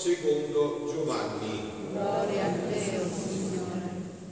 secondo Giovanni. Gloria a te, o Signore.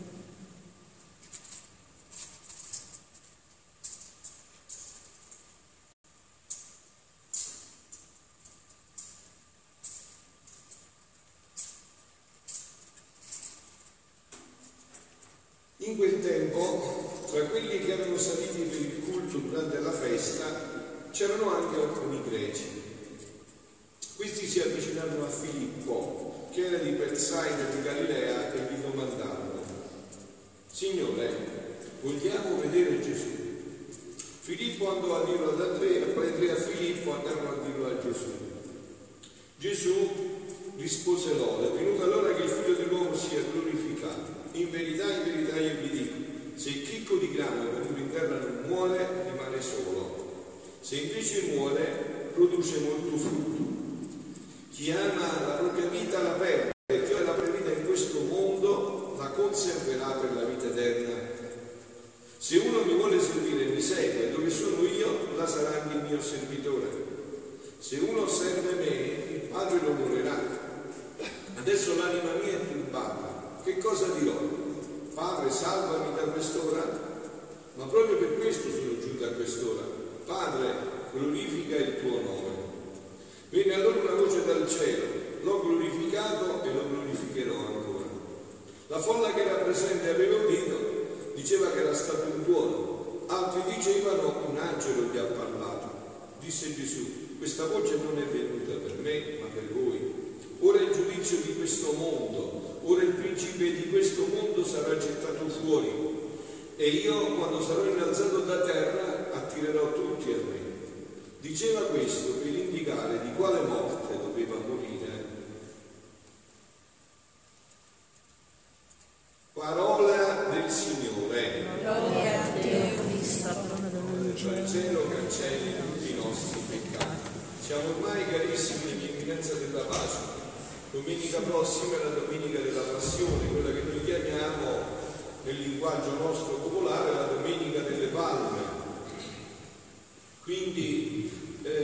In quel tempo, tra quelli che erano saliti per il culto durante la festa, c'erano anche alcuni greci. Questi si avvicinarono a Filippo, che era di Betsaida di Galilea, e gli domandarono: Signore, vogliamo vedere Gesù? Filippo andò a dirlo ad Andrea, poi Andrea e Filippo andarono a dirlo a Gesù. Gesù rispose loro: è venuta l'ora che il Figlio dell'uomo sia glorificato. In verità io vi dico, se il chicco di grano venuto in terra non muore, rimane solo. Se invece muore, produce molto frutto. Chi ama la propria vita la perde, e chi ha la propria vita in questo mondo la conserverà per la vita eterna. Se uno mi vuole servire e mi segue, dove sono io, là sarà anche il mio servitore. Se uno serve me, il Padre lo onorerà. Adesso l'anima mia è turbata. Che cosa dirò? Padre, salvami da quest'ora? Ma proprio per questo sono giunto a quest'ora. Padre, glorifica il tuo nome. Venne allora una voce dal cielo: l'ho glorificato e lo glorificherò ancora. La folla che era presente aveva udito, diceva che era stato un tuono. Altri dicevano: un angelo gli ha parlato. Disse Gesù: questa voce non è venuta per me, ma per voi. Ora il giudizio di questo mondo, ora il principe di questo mondo sarà gettato fuori, e io, quando sarò innalzato da terra, attirerò tutti a me. Diceva questo per indicare di quale morte doveva morire. Parola del Signore. Gloria a te, Cristo. Il cielo cancelli tutti i nostri peccati. Siamo ormai carissimi nell'imminenza della Pasqua. Domenica prossima è la Domenica della Passione, quella che noi chiamiamo nel linguaggio nostro popolare la Domenica delle Palme. Quindi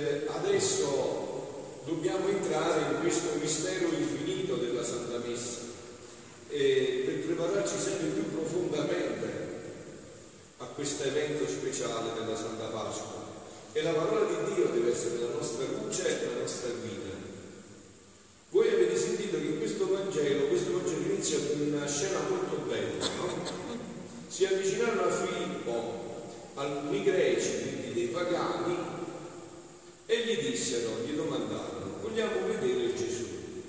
adesso dobbiamo entrare in questo mistero infinito della Santa Messa per prepararci sempre più profondamente a questo evento speciale della Santa Pasqua. E la parola di Dio deve essere la nostra luce e la nostra guida. Voi avete sentito che in questo Vangelo inizia con una scena molto bella, no? Si avvicinarono a Filippo alcuni greci, quindi dei pagani, e gli domandarono: vogliamo vedere Gesù?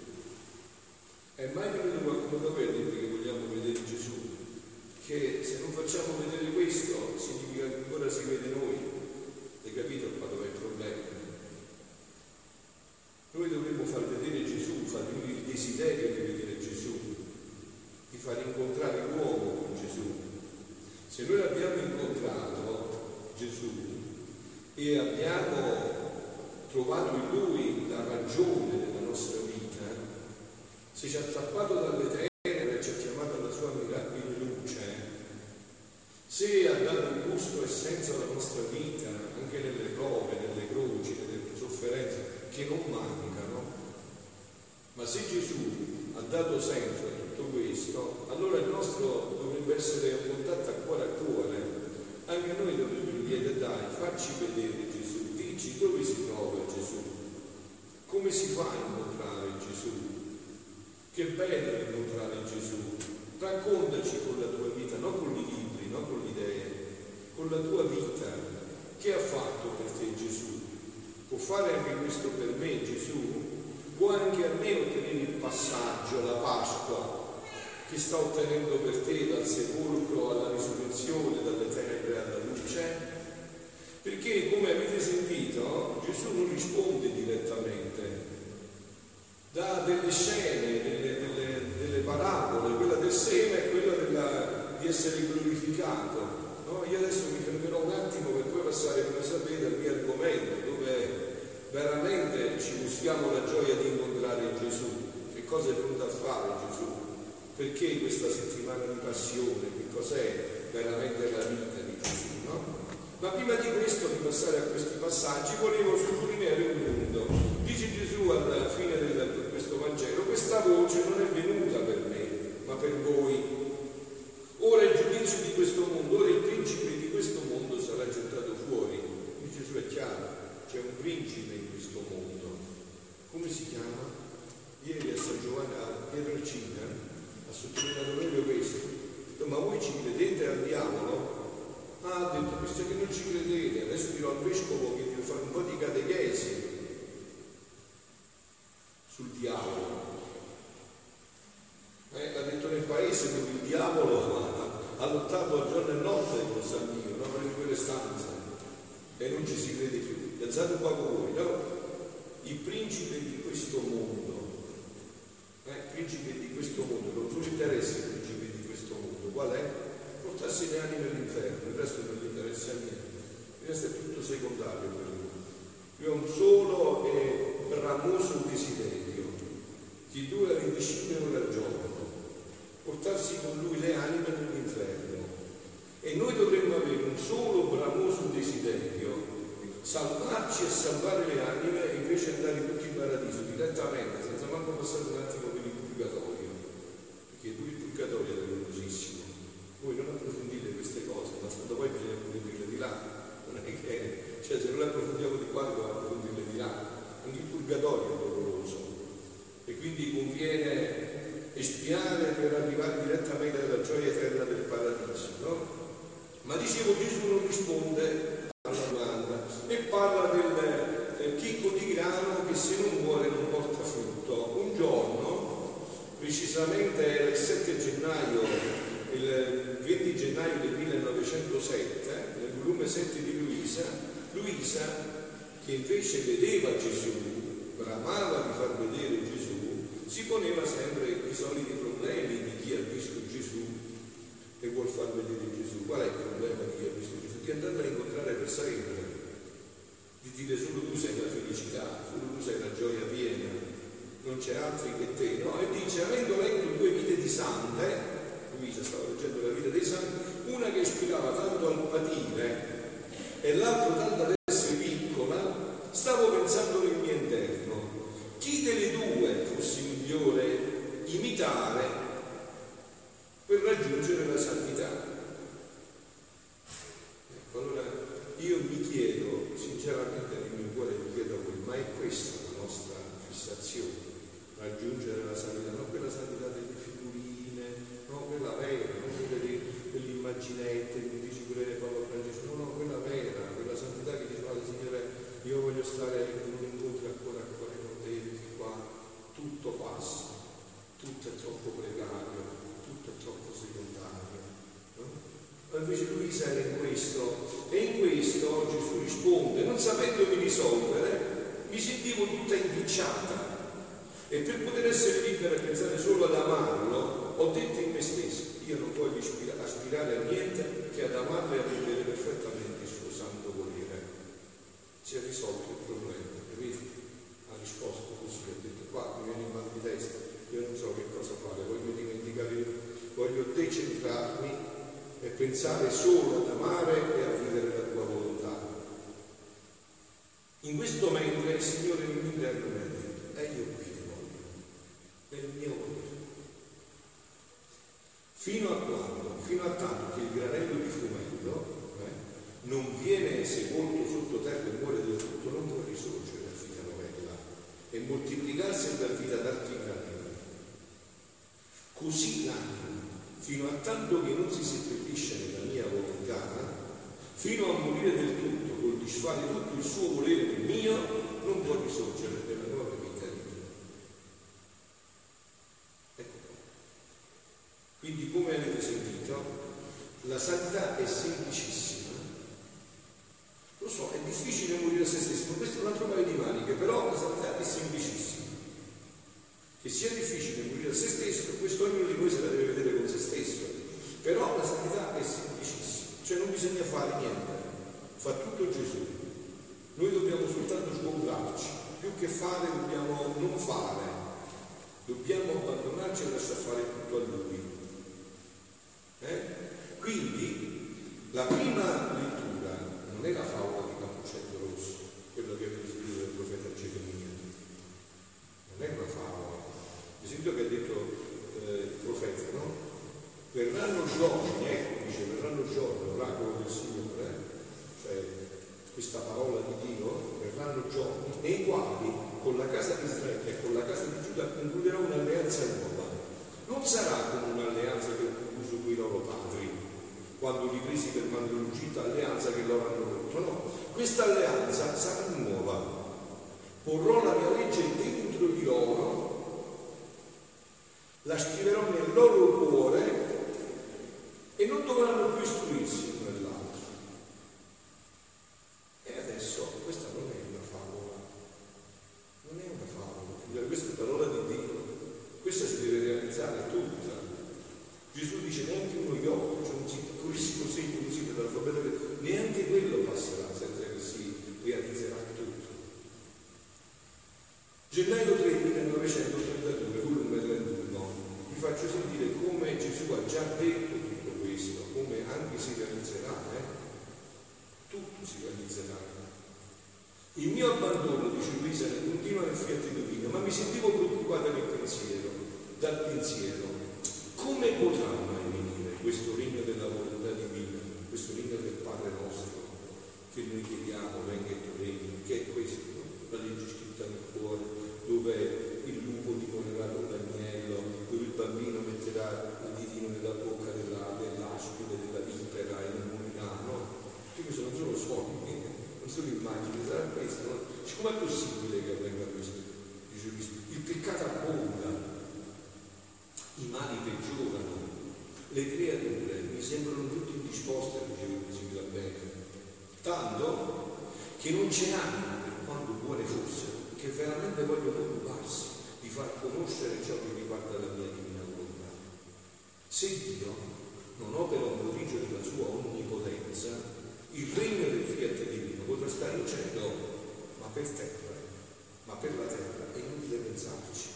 È mai venuto qualcuno da voi a dire che vogliamo vedere Gesù? Che se non facciamo vedere questo significa che ancora si vede noi. Hai capito qua dove è il problema? Noi dovremmo far vedere Gesù, far venire il desiderio di vedere Gesù, di far incontrare l'uomo con Gesù. Se noi abbiamo incontrato Gesù e abbiamo trovato in Lui la ragione della nostra vita, se ci ha strappato dalle tenebre e ci ha chiamato alla sua mirabile luce, se ha dato un gusto e senso alla nostra vita, anche nelle prove, nelle croci, nelle sofferenze, che non mancano, ma se Gesù ha dato senso a tutto questo, allora il nostro dovrebbe essere un contatto a cuore, anche noi dovremmo chiedere: dai, facci vedere Gesù, dici dove si trova Gesù, come si fa a incontrare Gesù, che bello incontrare Gesù, raccontaci con la tua vita, non con i libri, non con le idee, con la tua vita, che ha fatto per te Gesù. Può fare anche questo per me Gesù? Può anche a me ottenere il passaggio, la Pasqua, che sta ottenendo per te dal sepolcro alla risurrezione, dalle tenebre alla luce? Perché, come avete sentito, Gesù non risponde direttamente, dà delle scene, delle parabole, quella del seme e quella di essere glorificato. No? Io adesso mi fermerò un attimo per poi passare, come sapete, al mio argomento, dove veramente ci gustiamo la gioia di incontrare Gesù. Che cosa è venuto a fare Gesù? Perché questa settimana di passione? Che cos'è veramente la vita di Gesù? No? Ma prima di questo, di passare a questi passaggi, volevo sottolineare un punto. Dice Gesù alla fine di questo Vangelo, questa voce non è venuta per me, ma per voi. Ora il giudizio di questo mondo, ora il principe di questo mondo sarà gettato fuori. Qui Gesù è chiaro, c'è un principe in questo mondo. Come si chiama? Ieri a San Giovanni, a Pietro Cina, ha sottolineato proprio questo. Ma voi ci credete al diavolo? Ha detto, questo che non ci credete, adesso dirò al vescovo che deve fare un po' di catechesi sul diavolo. Ha detto nel paese dove il diavolo ha lottato a giorno e notte con San Dio, no? Per quelle stanze, e non ci si crede più. Alzate un poco voi, no? Il principe di questo mondo, principe di questo mondo, non solo interessa il principe di questo mondo, qual è? Portarsi le anime all'inferno, il resto non gli interessa niente, il resto è tutto secondario per lui. Lui ha un solo e bramoso desiderio, di 2 a 25 ore al giorno, portarsi con lui le anime nell'inferno. E noi dovremmo avere un solo bramoso desiderio, salvarci e salvare le anime, e invece andare tutti in paradiso direttamente, senza manco passare un attimo per il purgatorio, perché pure il purgatorio è dolorosissimo. Voi non approfondite queste cose, ma poi bisogna approfondirle di là, non è che, cioè se non le approfondiamo di qua dobbiamo approfondirle di là. Anche il purgatorio è doloroso e quindi conviene espiare per arrivare direttamente alla gioia eterna del paradiso, no? Ma dicevo, Gesù non risponde alla domanda e parla del chicco di grano che se non muore non porta frutto. Un giorno, precisamente era il 7 gennaio, il 20 gennaio del 1907, nel volume 7 di Luisa, che invece vedeva Gesù, bramava di far vedere Gesù, si poneva sempre i soliti problemi di chi ha visto Gesù e vuol far vedere Gesù. Qual è il problema di chi ha visto Gesù? Di andarlo a incontrare per sempre, di dire solo tu sei la felicità, solo tu sei la gioia piena, non c'è altri che te, no? E dice, avendo letto 2 vite di sante, Luisa stava leggendo la vita dei santi, una che ispirava tanto al patire e l'altro tanto ad essere piccola, stavo pensando nel mio interno, chi delle due fosse migliore imitare per raggiungere la santità? Ecco, allora io mi chiedo, sinceramente nel mio cuore mi chiedo a voi, ma è questa la nostra fissazione? Raggiungere la santità, non quella santità delle figurine, no, quella vera, non quella dell'immaginette, che dice pure Paolo Francesco, no, quella vera, quella santità che dice, guarda Signore, io voglio stare in un incontro ancora con te, perché qua tutto passa, tutto è troppo precario, tutto è troppo secondario, no? Ma invece Luisa era in questo, e in questo Gesù risponde, non sapendomi risolvere, mi sentivo tutta impicciata. E per poter essere libero e pensare solo ad amarlo, ho detto in me stesso, io non voglio aspirare a niente che ad amarlo e a vivere perfettamente il suo santo volere. Si è risolto il problema, capite? Ha risposto così, ha detto, qua mi viene in mal di testa, io non so che cosa fare, voglio dimenticare, voglio decentrarmi e pensare solo ad amare e a vivere la tua volontà. In questo mentre il Signore nell'interno mi ha detto, io qui nel mio volere. Fino a quando? Fino a tanto che il granello di frumento non viene sepolto sotto terra e muore del tutto, non può risorgere a vita novella e moltiplicarsi e dar vita ad altri granelli. Così l'anima, fino a tanto che non si seppellisce nella mia volontà, fino a morire del tutto, col disfare tutto il suo volere nel mio, non può risorgere nella nuova vita. Quindi, come avete sentito, la santità è semplicissima. Lo so, è difficile morire a se stesso, ma questo è un altro paio di maniche, però la santità è semplicissima. Che sia difficile morire a se stesso, questo ognuno di voi se la deve vedere con se stesso. Però la santità è semplicissima, cioè non bisogna fare niente, fa tutto Gesù. Noi dobbiamo soltanto sgombrarci, più che fare dobbiamo non fare, dobbiamo abbandonarci e lasciar fare tutto a Lui. Quindi la prima lettura non è la favola di Cappuccetto Rosso, quello che avete scritto del profeta Geremia, non è una favola, questa parola di Dio, verranno giorni nei quali con la casa di Israele e con la casa di Giuda concluderò un'alleanza nuova. Non sarà come un'alleanza che ho concluso con i loro padri, quando li presi per mano d'uscita, alleanza che loro hanno rotto. No, questa alleanza sarà nuova. Porrò la mia legge dentro di loro, la scriverò nel loro cuore e non dovranno più istruirsi l'uno nell'altro. E adesso questa non è una favola, non è una favola, questa è parola di Dio, questa si deve realizzare tutta. Gesù dice neanche uno iota, cioè un piccolissimo segno così per l'alfabeto, neanche quello passerà senza che si realizzerà tutto. Gennaio 3 1932, volume 31, vi faccio sentire come Gesù ha già detto tutto questo, come anche si realizzerà, tutto si realizzerà. Il mio abbandono, dice Luisa, continua nel fiat divino, ma mi sentivo preoccupata dal pensiero. Come potrà mai venire questo regno della volontà divina, questo regno del Padre nostro, che noi chiediamo, venga il tuo regno, che è questo, la legge scritta nel cuore, dove il lupo dimorerà con l'agnello, dove il bambino metterà il ditino nella bocca dell'aspide, della vipera e non morirà, no? Questi non sono sogni, non sono immagini, sarà questo, no? Com'è possibile che avvenga questo? Dice Cristo, il peccato abbonda, i mali peggiorano, le creature mi sembrano tutte indisposte, dicevo così da bene, tanto che non ce n'hanno, per quanto buone fossero, che veramente vogliono occuparsi di far conoscere ciò che riguarda la mia divina volontà. Se Dio non opera un prodigio della sua onnipotenza, il regno del fiat divino potrà stare in cielo, ma per terra, ma per la terra è inutile pensarci.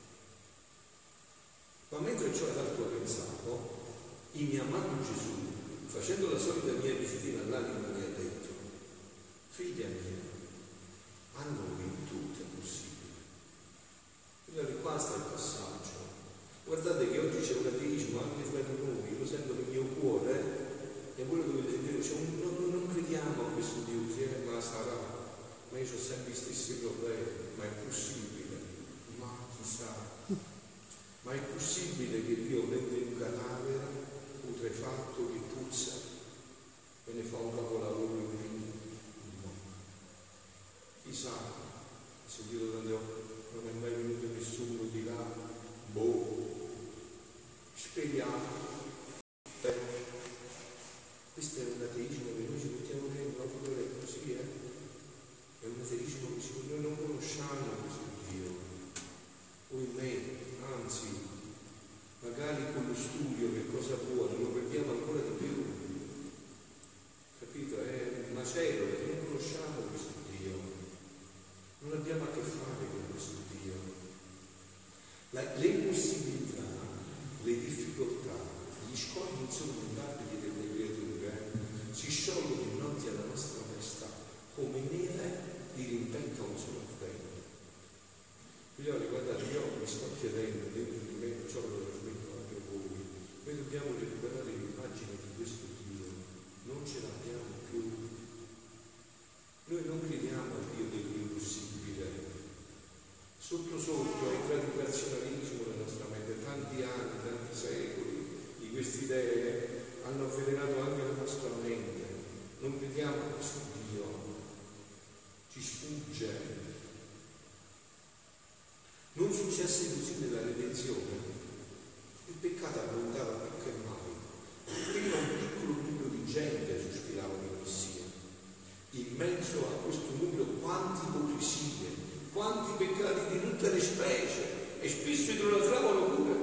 Ma mentre ciò ad altro pensato, il mio amato Gesù, facendo la solita mia visitina all'anima, mi ha detto: figlia mia, a noi tutto è possibile. Quindi qua sta il passaggio. Guardate che oggi c'è un ateismo anche fra di noi, io lo sento nel mio cuore, e voi lo dovete dire, non crediamo a questo Dio, ma sarà, ma io ho sempre gli stessi problemi, ma è possibile, ma chissà. Ma è possibile che Dio prende un cadavere putrefatto che puzza e ne fa un capolavoro in vino? No. Chissà, ho sentito tante volte, non è mai venuto nessuno di là, speriamo. Però questo è un ateismo che noi ci mettiamo dentro, proprio così, è un ateismo che noi non conosciamo questo Dio, o in me. Anzi, magari con lo studio che cosa vuole lo perdiamo ancora di più, capito? È un macello perché non conosciamo questo Dio, non abbiamo a che fare con questo Dio. Le impossibilità, le difficoltà, gli scogli insormontabili delle creature si sciolgono dinanzi alla nostra onestà come neve di rimpetto a un solo vento. Figlioli, guardate, io mi sto chiedendo dentro di me, ciò lo trasmetto anche a voi, noi dobbiamo recuperare l'immagine di questo Dio, non ce l'abbiamo più. Noi non crediamo al Dio dell'impossibile. Sotto entra il razionalismo nella nostra mente, tanti anni, tanti secoli di queste idee hanno avvelenato anche la nostra mente. Non crediamo a questo Dio, ci sfugge. Non successe così nella redenzione. Il peccato abbondava più che mai. Prima un piccolo numero di gente sospirava di Messia. In mezzo a questo numero quante ipocrisie, quanti peccati di tutte le specie, e spesso idolatravano pure.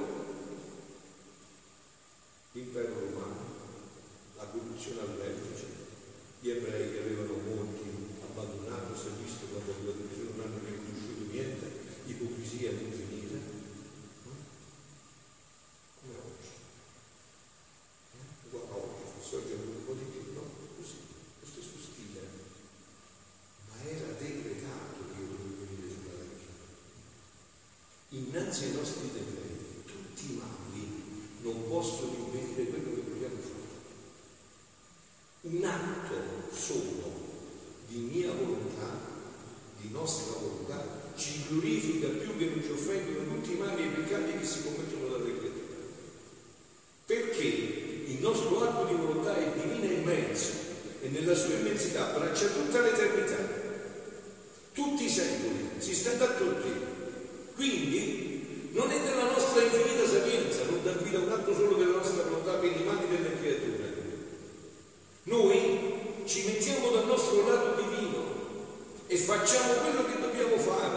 L'impero romano, la corruzione al vertice, gli ebrei che avevano molti abbandonato, si è visto quando non hanno riconosciuto niente, ipocrisia all'infinita, come oggi. Guarda, oggi, forse oggi è un po' di più, no? Così, lo stesso stile. Ma era decretato che io dovevo venire sulla terra. Innanzi ai nostri decreti, tutti i mali non possono impedire quello che vogliamo fare. Un atto solo di glorifica più che non ci offendono tutti i mali e i peccati che si commettono dalle creature. Perché il nostro atto di volontà è divino e immenso e nella sua immensità abbraccia tutta l'eternità, tutti i secoli, si stenta a tutti. Quindi non è della nostra infinita sapienza non dar vita a un atto solo della nostra volontà per i mali delle creature. Noi ci mettiamo dal nostro lato divino e facciamo quello che dobbiamo fare,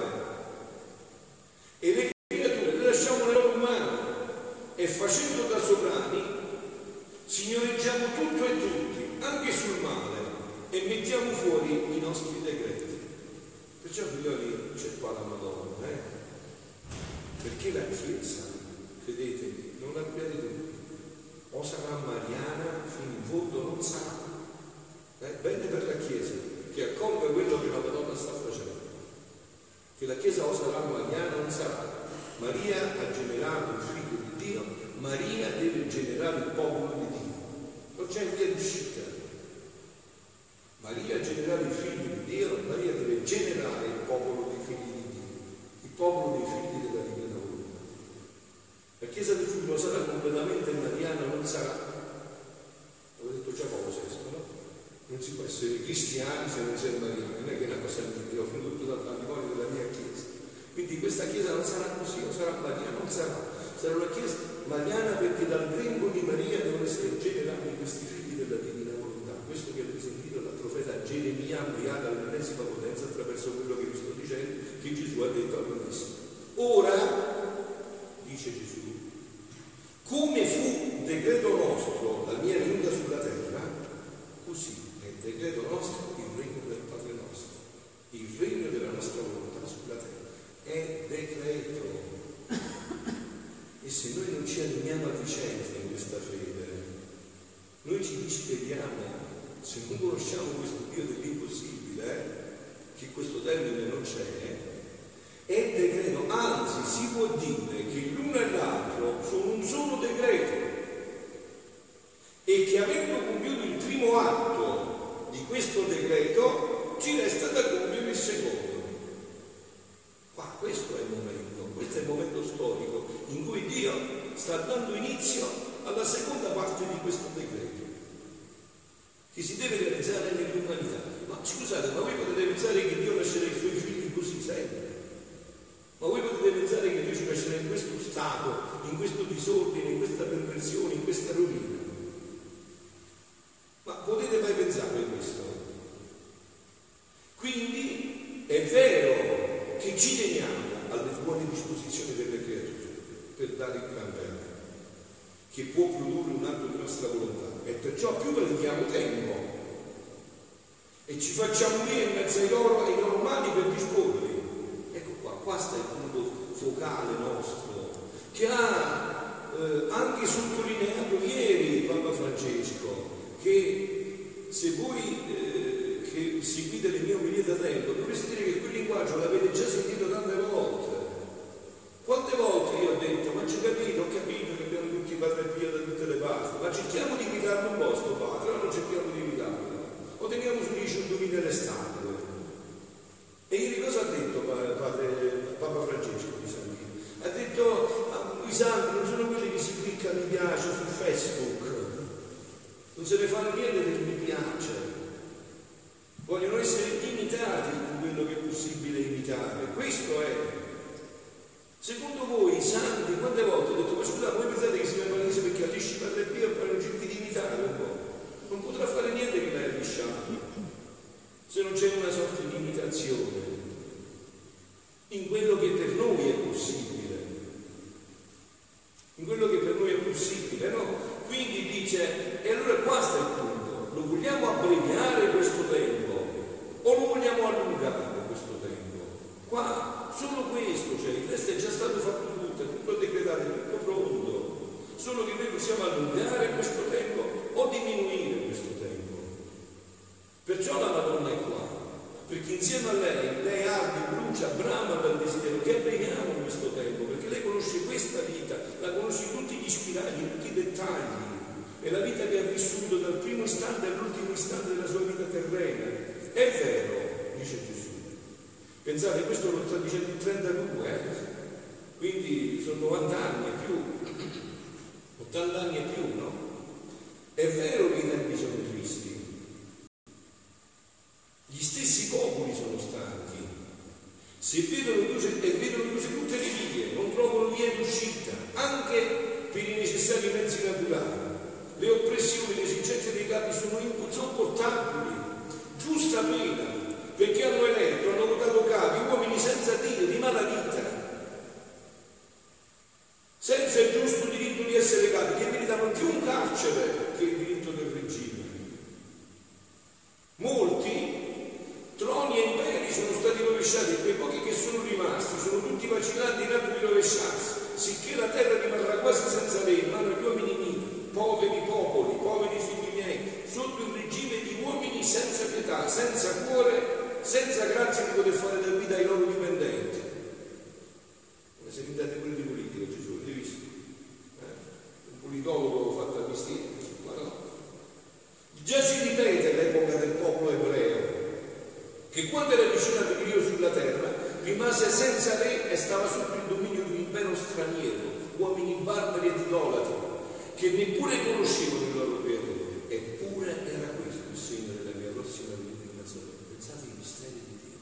e le creature le lasciamo nelle loro mani e facendo da sovrani signoreggiamo tutto e tutti, anche sul male, e mettiamo fuori i nostri decreti. Perciò, figlioli, c'è qua la Madonna, perché la Chiesa, credetemi, non abbiate dubbi, o sarà mariana fino in fondo, non sarà. Bene per la Chiesa che accolga quello che la Madonna sta facendo, che la Chiesa o sarà mariana o non sarà. Maria ha generato il figlio di Dio, Maria deve generare il popolo di Dio, non c'è via d'uscita. Maria ha generato il figlio di Dio, Maria deve generare il popolo dei figli di Dio, il popolo dei figli della divina volontà. La Chiesa del futuro sarà completamente mariana, non sarà. L'ho detto già poco sesto, no? Non si può essere cristiani se non si è mariani, non è che è una cosa che ho prodotto dal patrimonio della mia Chiesa. Quindi questa Chiesa non sarà così, o sarà mariana, non sarà. Sarà una Chiesa mariana perché dal grembo di Maria devono essere generati questi figli della divina volontà. Questo che avete sentito dal profeta Geremia ampliato all'ennesima potenza attraverso quello che vi sto dicendo, che Gesù ha detto all'Unissimo. Ora, dice Gesù, come fu decreto nostro la mia venuta sulla terra, così è decreto nostro il regno del Padre nostro, il regno della nostra volontà sulla terra. È decreto. E se noi non ci animiamo a vicenda in questa fede, noi ci disperiamo. Se non conosciamo questo Dio dell'impossibile, che questo termine non c'è, è decreto. Anzi, si può dire che l'uno e l'altro sono un solo decreto, e che avendo compiuto il primo atto di questo decreto ci resta da compiere il secondo. Ma questo è il momento storico in cui Dio sta dando inizio alla seconda parte di questo decreto, che si deve realizzare nell'umanità. Ma scusate, ma voi potete pensare che Dio lascerà i suoi figli così sempre? Ma voi potete pensare che Dio ci lascerà in questo stato, in questo disordine, in questa perversione, in questa rovina? Ma potete mai pensare a questo? Quindi è vero che ci teniamo alle buone disposizioni delle creature per dare il gran bene, che può produrre un atto di nostra volontà, e perciò più prendiamo tempo e ci facciamo lì in mezzo ai loro mani per disporli. Ecco qua sta il punto focale nostro, che ha anche sottolineato ieri Papa Francesco, che se voi che seguite le mie omelie da tempo dovreste dire che quel linguaggio l'avete già sentito tante volte. Quante volte io ho detto, ma c'è capito, ho capito che abbiamo tutti Padre Pio da tutte le parti, ma cerchiamo di imitarlo un po' sto padre, o non cerchiamo di imitarlo, o teniamo sugli ciondolini le statue. E ieri cosa ha detto Papa Francesco di San Pio? Ha detto, i santi non sono quelli che si clicca mi piace su Facebook, non se ne fanno niente del mi piace, vogliono essere imitati in quello che è possibile imitare. Questo è. Secondo voi i santi, quante volte ho detto, ma scusate, voi pensate che si va in perché agisci Padre Pio e poi non cerchi di imitare un po'? Non potrà fare niente che l'hai lisciato se non c'è una sorta di imitazione in quello che per noi è possibile, in quello che per noi è possibile, no? Quindi dice, e allora qua sta il punto: lo vogliamo abbreviare questo tempo o lo vogliamo allungare questo tempo? Qua solo questo, cioè il resto è già stato fatto tutto, è tutto decretato, è tutto pronto, solo che noi possiamo allungare questo tempo o diminuire questo tempo. Perciò la Madonna è qua, perché insieme a lei arde, brucia, brama dal desiderio che abbreviamo in questo tempo, perché lei conosce questa vita, la conosce in tutti gli spiragli, in tutti i dettagli, è la vita che ha vissuto dal primo istante all'ultimo istante della sua vita terrena. È vero, dice Gesù, ed Pensate, questo lo sta dicendo il 32, quindi sono 90 anni e più, 80 anni e più, no? È vero che i tempi sono tristi, gli stessi popoli sono stanchi, se vedono chiuse tutte le vie, non trovano via d'uscita, anche per i necessari mezzi naturali. Le oppressioni, le esigenze dei capi sono insopportabili, giusta pena, perché hanno votato capi, uomini senza Dio, di mala vita, senza il giusto diritto di essere capi, che meritano più un carcere che il diritto del regime. Molti troni e imperi sono stati rovesciati e quei pochi che sono rimasti sono tutti vacillanti in atto di rovesciarsi, sicché la terra rimarrà quasi senza lei, in mano agli uomini miei, poveri popoli, poveri figli miei, sotto il regime di uomini senza pietà, senza cuore, senza grazia di poter fare da vita ai loro dipendenti. Una serenità di quelli di politica, Gesù, avete visto? Un politologo fatto a mestiere, ma no. Già si ripete l'epoca del popolo ebreo, che quando era vicino a Dio sulla terra, rimase senza re e stava sotto il dominio di un impero straniero, uomini barbari ed idolatri, che neppure conoscevano il loro creatore. Eppure era questo il segno della mia prossima venuta in mezzo a loro. Pensate ai misteri di Dio.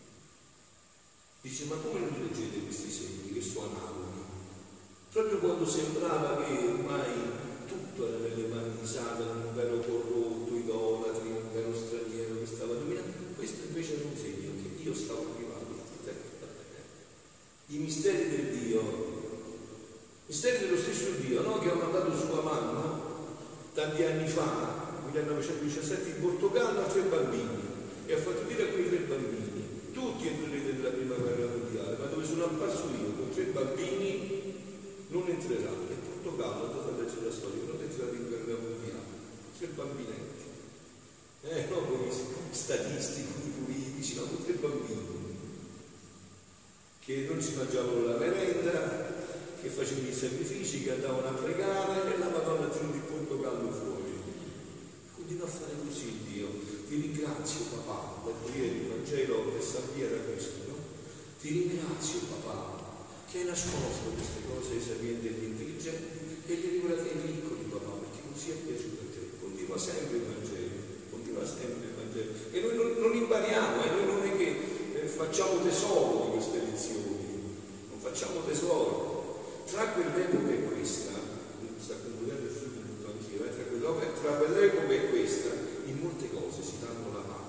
Dice, ma come non leggete questi segni che sono analoghi? Proprio quando sembrava che ormai tutto era nelle mani di Satana, un impero corrotto, idolatri, un impero straniero che stava dominando, questo invece era un segno che Dio stava arrivando sulla terra. I misteri del Dio, misteri dello stesso Dio, no? Che ha mandato sua mamma tanti anni fa, 1917, in Portogallo a 3 bambini e ha fatto dire a quei 3 bambini: tutti entrerete nella prima guerra mondiale, ma dove sono apparso io con 3 bambini non entreranno. E Portogallo, andate a leggere la storia, non entrate in guerra mondiale, 3 bambinetti, non come statistici, politici, no, con 3 bambini che non si mangiavano la merenda, che facevano i sacrifici, che andavano a pregare, e la Madonna tirò il Portogallo fuori. Continua a fare così Dio. Ti ringrazio papà, per ieri il Vangelo per San Pio era questo, no? Ti ringrazio papà che hai nascosto queste cose ai sapienti e agli intelligenti e li hai rivelate ai piccoli, papà, perché così è piaciuto a te. Continua sempre il Vangelo, continua sempre il Vangelo. E noi non impariamo, noi non è che facciamo tesoro di queste lezioni, non facciamo tesoro. Tra quell'epoca e questa, sta concludendo il suo punto anch'io, tra quell'epoca e questa, in molte cose si danno la mano.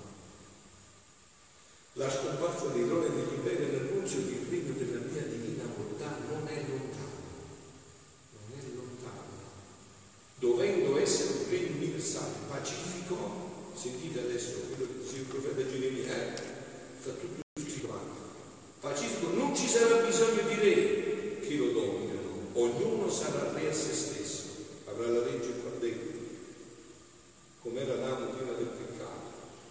La scomparsa dei troni e degli imperi è l'annuncio che il regno della mia divina volontà non è lontano, non è lontano, dovendo essere un regno universale, pacifico. Sentite adesso quello che dice il profeta Geremia, sta tutto scritto avanti. Pacifico, non ci sarà bisogno di re che lo dominano, ognuno sarà re a se stesso, avrà la legge qua dentro, come era Adamo prima del peccato.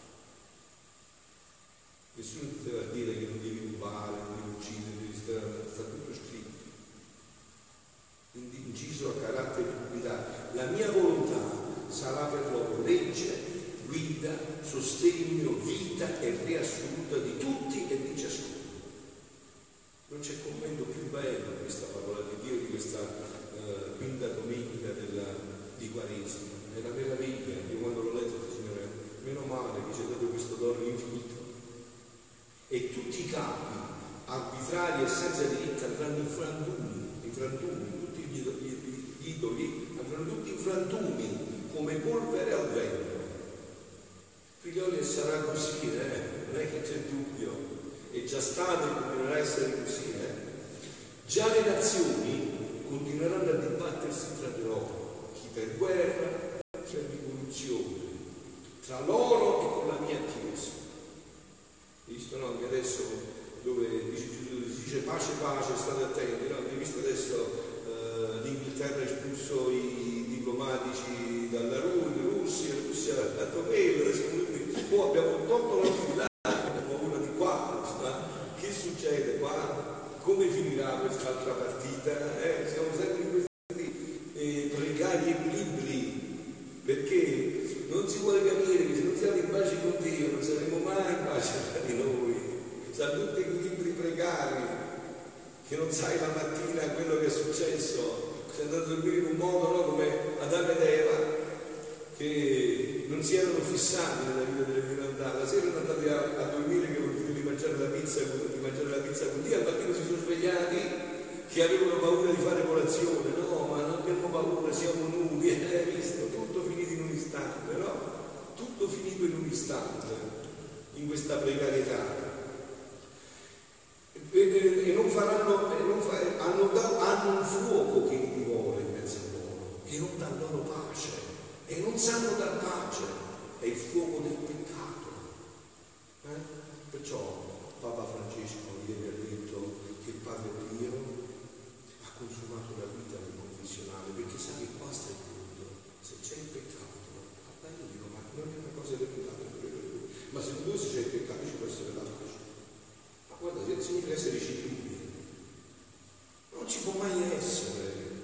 Nessuno ti deve dire che non devi rubare, non devi uccidere, sta tutto scritto, quindi inciso a carattere di pubblicità. La mia volontà sarà per loro legge, guida, sostegno, vita e re assoluta di tutti e di ciascuno. Non c'è commento più bello a questa parola di Dio di questa quinta domenica di Quaresima. È la meraviglia. Io quando l'ho letto, Signore, meno male che ci ha dato questo dono infinito. E tutti i capi arbitrari e senza diritto andranno in frantumi, tutti gli idoli andranno tutti in frantumi come polvere al vento. Figlioli, sarà così, non è che c'è dubbio. È già stato e continuerà a essere così. Già le nazioni continueranno a dibattersi tra di loro, chi per guerra, chi per rivoluzione, tra loro e con la mia Chiesa. Visto, no? Che adesso dove dice Gesù, dice pace, pace, state attenti, no? Avete visto adesso l'Inghilterra ha espulso i diplomatici dalla Russia ha dato quello, adesso poi abbiamo tolto la fila. Che succede qua? Come finirà quest'altra partita? Siamo sempre in questi precari equilibri, perché non si vuole capire che se non siamo in pace con Dio non saremo mai in pace tra di noi. da tutti i libri precari, che non sai la mattina quello che è successo, sei andato a dormire in un modo, no? Come Adamo ed Eva, che non si erano fissati nella vita delle fidanzate, la sera erano andati a dormire che volevano di mangiare la pizza con Dio, al mattino si sono svegliati che avevano paura di fare colazione, no, ma non abbiamo paura, siamo nudi, hai visto, tutto finito in un istante, no? Tutto finito in un istante, in questa precarietà. E non faranno, hanno un fuoco che li divora in mezzo a loro, che non dà loro pace, e non sanno dar pace, è il fuoco del peccato. Perciò Papa Francesco ieri ha detto che Padre Pio ha consumato la vita nel confessionale, perché sa che qua sta il punto, se c'è il peccato, io dico, ma non è una cosa elementare, ma se dove c'è il peccato ci può essere la pace. Ma guarda, significa essere civili, non ci può mai essere,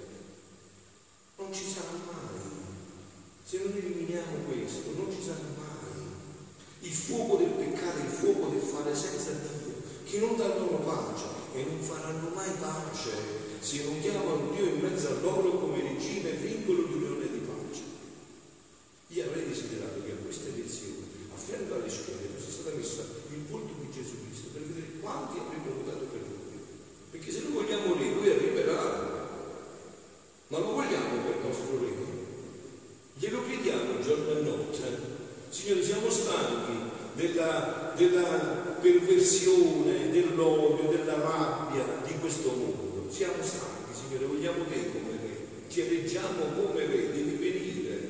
non ci sarà mai, se non eliminiamo questo non ci sarà mai. Il fuoco del peccato è il fuoco del fare senza Dio, che non dà loro pace e non faranno mai pace se non chiamano Dio in mezzo a loro come regina e vincolo di unione di pace. Io avrei desiderato che a queste lezioni, a fianco alle schede, fosse stata messa il volto di Gesù Cristo per vedere quanti avrebbero votato per lui, perché se noi vogliamo Re, lui arriverà, ma lo vogliamo per il nostro Re, glielo chiediamo giorno e notte. Signore, siamo stanchi della perversione, dell'odio, della rabbia di questo mondo. Siamo stanchi, Signore, vogliamo te come Re, ti eleggiamo come Re, devi venire.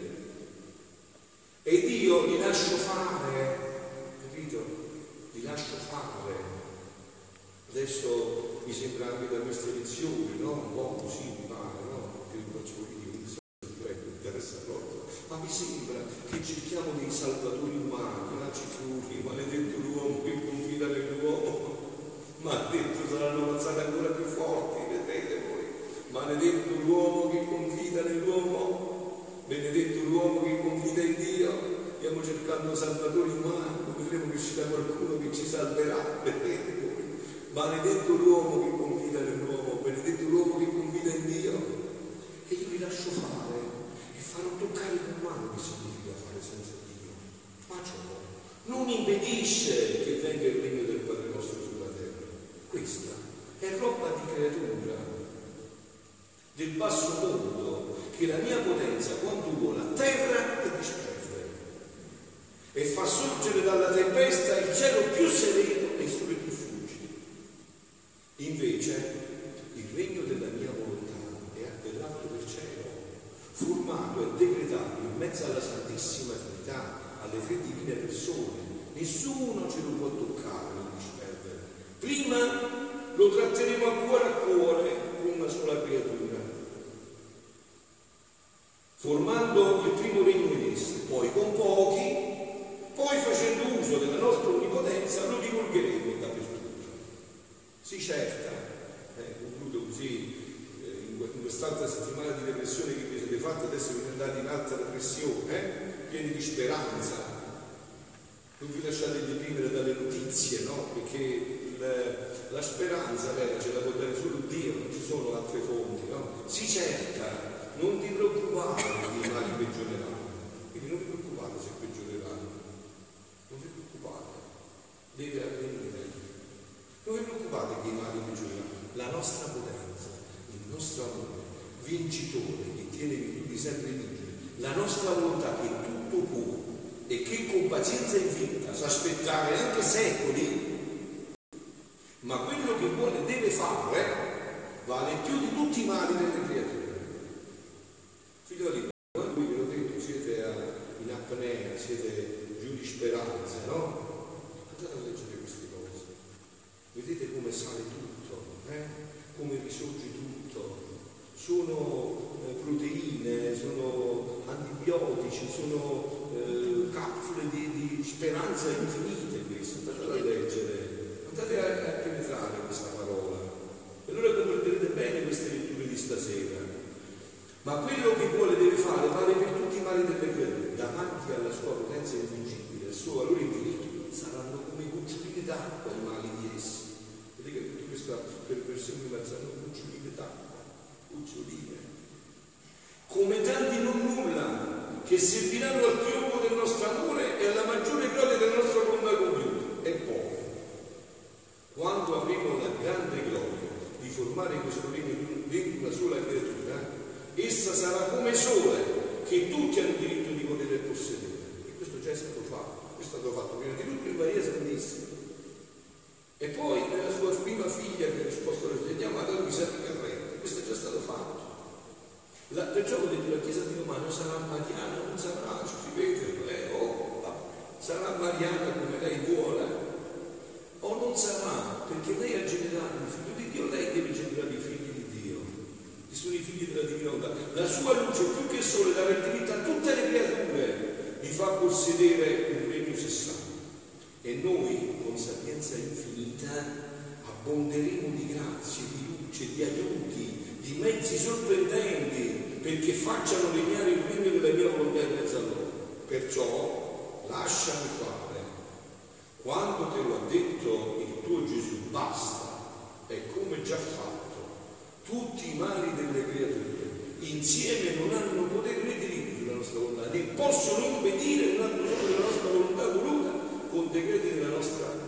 Ed io li lascio fare, capito? Li lascio fare. Adesso mi sembra anche da queste lezioni, no? Un po' così mi pare, no? Che non faccio io, non so se interessa proprio. Ma mi sembra che cerchiamo dei salvatori umani, Ciccrufi, maledetto l'uomo che confida nell'uomo, maledetto saranno ammazzati ancora più forti, vedrete voi, maledetto l'uomo che confida nell'uomo, benedetto l'uomo che confida in Dio. Stiamo cercando salvatori umani, vedremo che ci sarà qualcuno che ci salverà, vedrete voi, maledetto l'uomo che confida nell'uomo, benedetto l'uomo che confida in Dio. E io li lascio fare e farò toccare con mano che significa fare senza Dio. Faccialo. Non impedisce che venga il regno del Padre nostro sulla terra. Questa è roba di creatura del basso mondo, che la mia potenza quando vuole a terra e disperde e fa sorgere dalla tempesta il cielo più sereno e il sole più fulgido. Invece il regno della mia volontà è atterrato del cielo, formato e decretato in mezzo alla Santissima Trinità, alle tre divine persone. Nessuno ce lo può toccare, non disperdere. Prima lo tratteremo a cuore con una sola creatura, formando il primo regno in esso, poi con pochi, poi facendo uso della nostra onnipotenza lo divulgheremo dappertutto. Si cerca, concludo così, in quest'altra settimana di depressione che vi siete fatte, adesso vi andate in alta depressione, pieni di speranza. Non vi lasciate deprimere dalle notizie, no? Perché la speranza vera ce la può dare solo Dio, non ci sono altre fonti, no? Si cerca, non vi preoccupate che i mali peggioreranno, quindi non vi preoccupate se peggioreranno, non vi preoccupate, deve avvenire, non vi preoccupate che i mali peggioreranno, la nostra potenza, il nostro amore vincitore che tiene virtudi sempre vigili, la nostra volontà che tutto può e che con pazienza infinita sa aspettare anche secoli, ma quello che vuole deve fare vale più di tutti i mali delle creature. Figlioli, voi ve l'ho detto, siete in apnea, siete giù di speranza, no? Andate a leggere queste cose, vedete come sale tutto, come risorge tutto. Sono proteine, sono antibiotici, sono capsule di speranza infinite questo. Andate a leggere, andate a penetrare questa parola e allora comprenderete bene queste letture di stasera. Ma quello che vuole deve fare vale per tutti i mali delle creature. Davanti alla sua potenza invincibile, al suo valore infinito, saranno come goccioli di d'acqua i mali di essi. Vedete che tutta questa perversione sono cuccioline d'acqua, cuccioline. Come tanti non nulla, che serviranno al trionfo del nostro amore e alla maggiore gloria della nostra volontà compiuta. E poi, quando avremo la grande gloria di formare questo regno dentro una sola creatura, essa sarà come sole che tutti hanno diritto di godere e possedere. E questo già è stato fatto. Questo è stato fatto prima di tutto in Maria Santissima. E poi nella sua prima figlia che ha risposto alla Chiesa chiamata Luisa Picarretta. Questo è già stato fatto. Perciò ho detto la Chiesa di domani sarà mariana, non sarà, ci si vede, sarà mariana come lei vuole, o non sarà, perché lei ha generato il figlio di Dio, lei deve generare i figli di Dio, sono i figli della divinità. La sua luce più che sole darà il diritto a tutte le creature di far possedere un regno sessato. E noi, con sapienza infinita, abbonderemo di grazie, di luce, di aiuti, di mezzi sorprendenti, perché facciano regnare il regno della mia volontà in mezzo a loro. Perciò lasciami fare. Quando te lo ha detto il tuo Gesù, basta, è come già fatto. Tutti i mali delle creature insieme non hanno potere né diritto sulla nostra volontà, né possono impedire un atto solo della nostra volontà voluta con decreti della nostra